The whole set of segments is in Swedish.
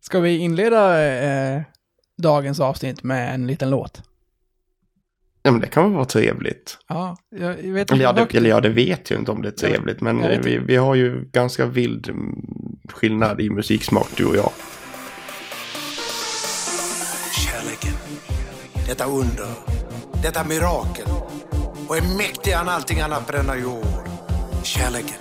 Ska vi inleda dagens avsnitt med en liten låt? Ja, men det kan väl vara trevligt. Ja, jag vet Eller det vet jag inte om det är trevligt. Men vi har ju ganska vild skillnad i musiksmak, du och jag. Kärleken, detta under, detta mirakel, och är mäktigare än allting annat på denna jord. Kärleken.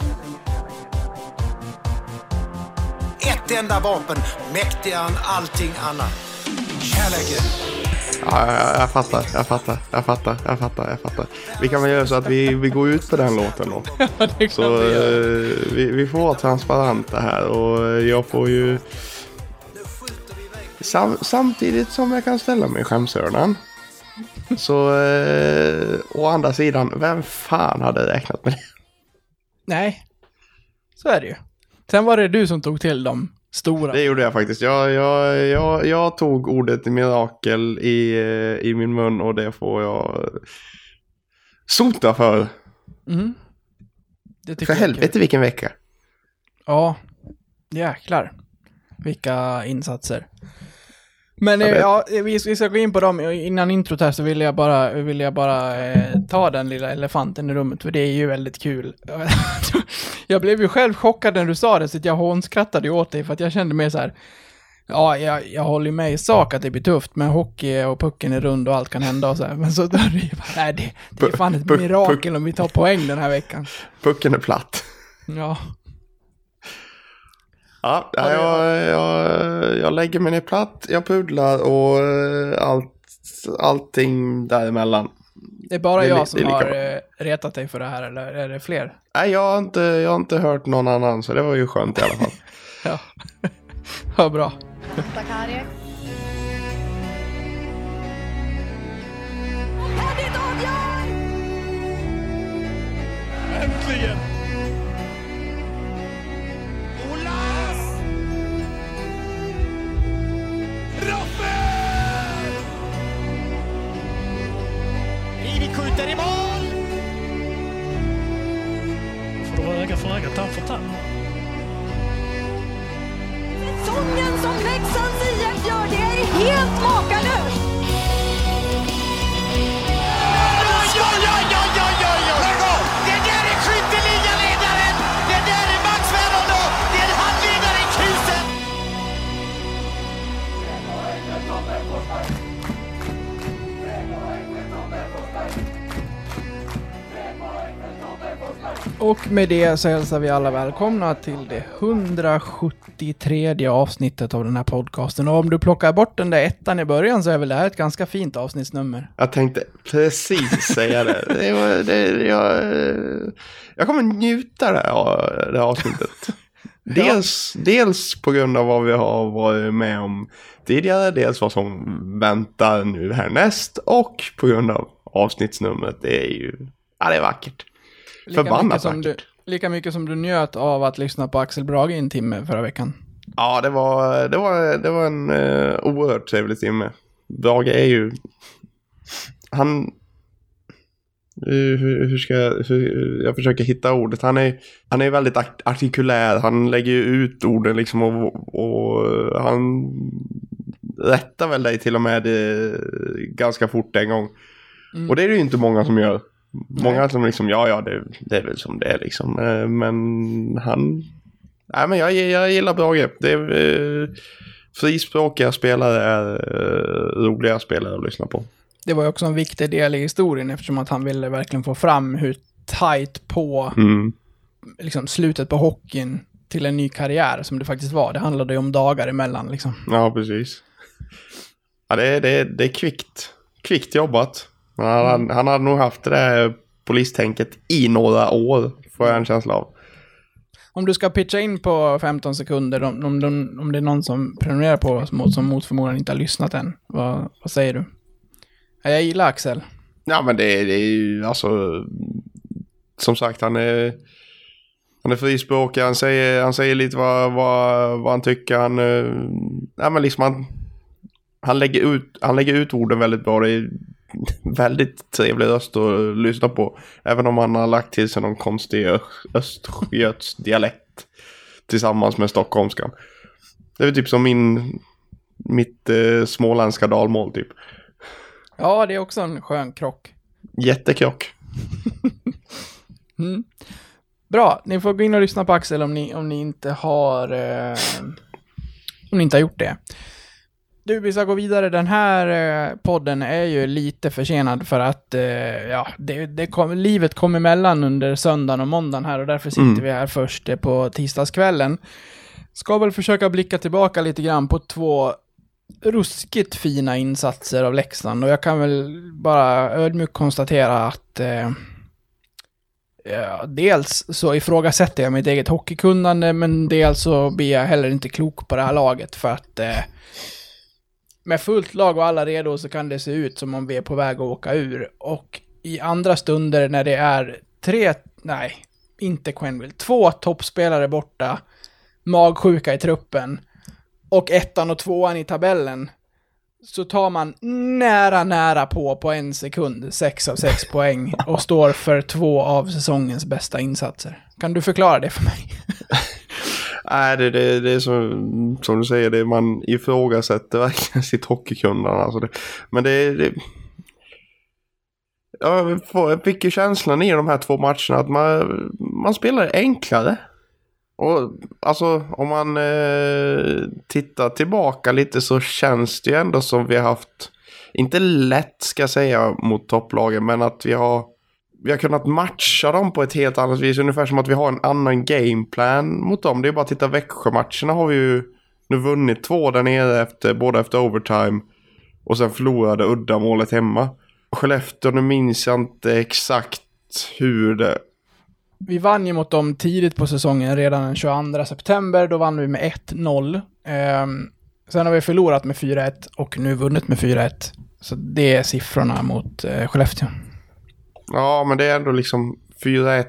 Ett enda vapen, mäktigare än allting annat. Kärleken. Ja, jag fattar. Vi kan väl göra så att vi går ut på den låten då. Ja, det kan så vi får vara transparenta här. Och jag får ju samtidigt som jag kan ställa mig i skämshörnan. Så å andra sidan, vem fan hade räknat med det? Nej, så är det ju. Sen var det du som tog till de stora. Det gjorde jag faktiskt. Jag tog ordet mirakel i min mun, och det får jag sota för. Mm. Det för helvete vilken vecka. Ja, jäklar. Vilka insatser. Men vi ska gå in på dem. Innan introt här så vill jag bara ta den lilla elefanten i rummet, för det är ju väldigt kul. Jag blev ju själv chockad när du sa det, så att jag hånskrattade åt dig, för att jag kände mig så här. Ja, jag håller med i sak att det blir tufft med hockey och pucken är rund och allt kan hända och så här. Men så då är det är fan ett mirakel om vi tar poäng den här veckan. Pucken är platt. Ja. Ja, jag lägger mig ner platt, jag pudlar och allting däremellan. Det är bara jag som har retat dig för det här, eller är det fler? Nej, jag har inte hört någon annan, så det var ju skönt i alla fall. Ja, ja, bra. Bakari. Äntligen! Olas! Raffel! Rivi skjuter i mål! Får du öga för öga, tand för tand. Säsongen som Leksands IF gör, det är helt makalöst! Det där är skytteligaledaren! Det där är Max Verona! Det är handledare i krusen! Och med det så hälsar vi alla välkomna till det 173 avsnittet av den här podcasten. Och om du plockar bort den där ettan i början så är väl det här ett ganska fint avsnittsnummer. Jag tänkte precis säga det. Jag kommer njuta det här avsnittet. Dels på grund av vad vi har varit med om tidigare, dels vad som väntar nu härnäst, och på grund av avsnittsnumret. Det är ju, det är vackert. Förbannat vackert. Lika mycket som du njöt av att lyssna på Axel Brage i en timme förra veckan. Ja, det var en oerhört trevlig timme. Brage är ju... Jag försöker hitta ordet. Han är väldigt artikulär. Han lägger ju ut orden liksom, och han rättar väl dig till och med ganska fort en gång. Och det är det ju inte många som gör. Många som liksom, det är väl som det är liksom. Men jag gillar Brage. Det är frispråkiga spelare är roliga spelare att lyssna på. Det var ju också en viktig del i historien, eftersom att han ville verkligen få fram hur tajt på liksom, slutet på hockeyn till en ny karriär som det faktiskt var. Det handlade ju om dagar emellan liksom. Ja, precis. Ja, det är kvickt jobbat. Han hade nog haft det där polistänket i några år, får jag en känsla av. Om du ska pitcha in på 15 sekunder, om det är någon som prenumererar på oss som mot förmodan inte har lyssnat än, vad säger du? Jag gillar Axel. Ja, men det är ju alltså, som sagt, han är frispråkig. Han säger lite vad han tycker. Han lägger ut orden väldigt bra. Det är väldigt trevlig röst att lyssna på, även om han har lagt till sig någon konstig östgöts dialekt tillsammans med stockholmskan. Det är väl typ som mitt småländska dalmål typ. Ja, det är också en skön krock. Jättekrock. Bra, ni får gå in och lyssna på Axel om ni inte har gjort det. Du, vi ska gå vidare. Den här podden är ju lite försenad för att livet kom emellan under söndagen och måndagen här, och därför sitter vi här först på tisdagskvällen. Ska väl försöka blicka tillbaka lite grann på 2 ruskigt fina insatser av Leksand, och jag kan väl bara ödmjukt konstatera att dels så ifrågasätter jag mitt eget hockeykunnande, men dels så blir jag heller inte klok på det här laget, för att med fullt lag och alla redo så kan det se ut som om vi är på väg att åka ur. Och i andra stunder när det är 2 toppspelare borta, magsjuka i truppen och 1:an och 2:an i tabellen, så tar man nära på 1 sekund 6 av 6 poäng och står för 2 av säsongens bästa insatser. Kan du förklara det för mig? Nej, det är som du säger, det man ifrågasätter verkligen sitt hockeykunnande. Alltså men jag fick ju känslan i de här 2 matcherna att man spelar enklare. Och alltså om man tittar tillbaka lite så känns det ju ändå som vi har haft, inte lätt ska jag säga mot topplagen, men att vi har kunnat matcha dem på ett helt annat vis. Ungefär som att vi har en annan gameplan mot dem. Det är bara att titta, Växjö-matcherna har vi ju nu vunnit 2 där nere både efter overtime och sen förlorade uddamålet hemma. Skellefteå, nu minns jag inte exakt hur det... Vi vann ju mot dem tidigt på säsongen, redan den 22 september. Då vann vi med 1-0. Sen har vi förlorat med 4-1 och nu vunnit med 4-1. Så det är siffrorna mot Skellefteå. Ja, men det är ändå liksom 4-1.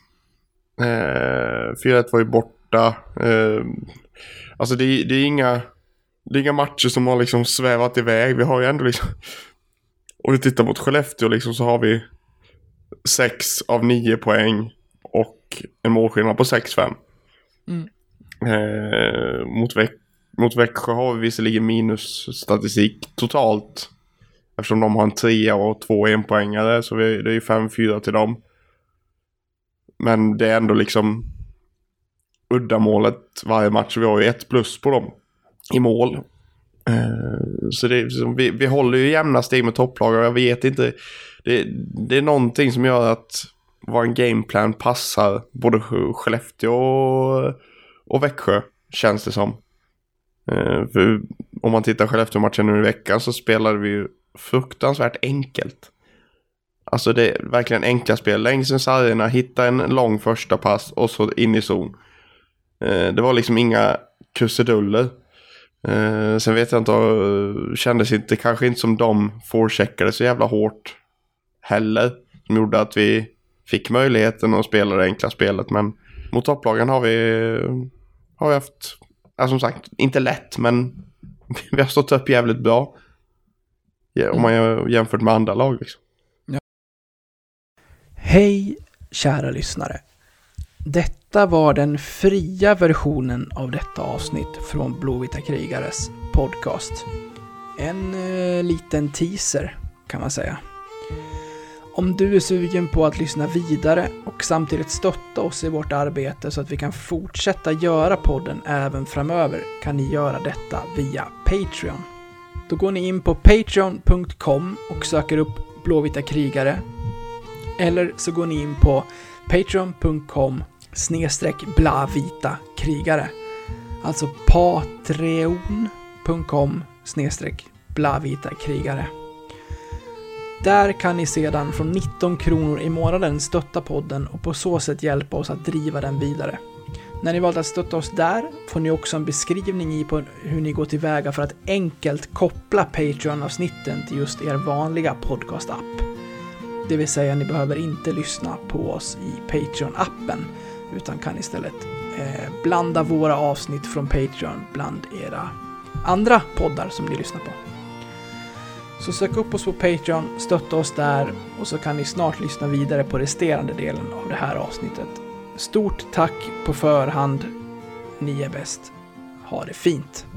4-1 var ju borta. Alltså det är inga matcher som har liksom svävat iväg. Vi har ju ändå liksom... Om vi tittar mot Skellefteå liksom, så har vi 6 av 9 poäng och en målskillnad på 6-5. Mot Växjö har vi visserligen minusstatistik totalt, eftersom de har en 3 och 2 enpoängare, så det är ju 5-4 till dem. Men det är ändå liksom uddamålet varje match. Vi har ju 1+ på dem i mål. Så det är, vi håller ju jämna steg med topplag, och jag vet inte, det är någonting som gör att vår gameplan passar både Skellefteå och Växjö, känns det som. För om man tittar Skellefteå-matchen nu i veckan, så spelade vi ju fruktansvärt enkelt. Alltså det är verkligen enkla spel. Längs en sargerna, hitta en lång första pass och så in i zon. Det var liksom inga krusiduller. Sen vet jag inte, kändes inte, kanske inte som de forecheckade så jävla hårt heller, som gjorde att vi fick möjligheten att spela det enkla spelet. Men mot topplagen har vi haft, alltså som sagt, inte lätt, men vi har stått upp jävligt bra om man jämfört med andra lag liksom. Ja. Hej kära lyssnare. Detta var den fria versionen av detta avsnitt från Blåvita krigares podcast. En liten teaser kan man säga. Om du är sugen på att lyssna vidare och samtidigt stötta oss i vårt arbete så att vi kan fortsätta göra podden även framöver, kan ni göra detta via Patreon. Då går ni in på patreon.com och söker upp Blåvita krigare, eller så går ni in på patreon.com/blavita krigare, alltså patreon.com/blavita krigare. Där kan ni sedan från 19 kronor i månaden stötta podden och på så sätt hjälpa oss att driva den vidare. När ni valt att stötta oss där får ni också en beskrivning i på hur ni går tillväga för att enkelt koppla Patreon-avsnitten till just er vanliga podcast-app. Det vill säga, ni behöver inte lyssna på oss i Patreon-appen, utan kan istället blanda våra avsnitt från Patreon bland era andra poddar som ni lyssnar på. Så sök upp oss på Patreon, stötta oss där, och så kan ni snart lyssna vidare på resterande delen av det här avsnittet. Stort tack på förhand. Ni är bäst. Ha det fint!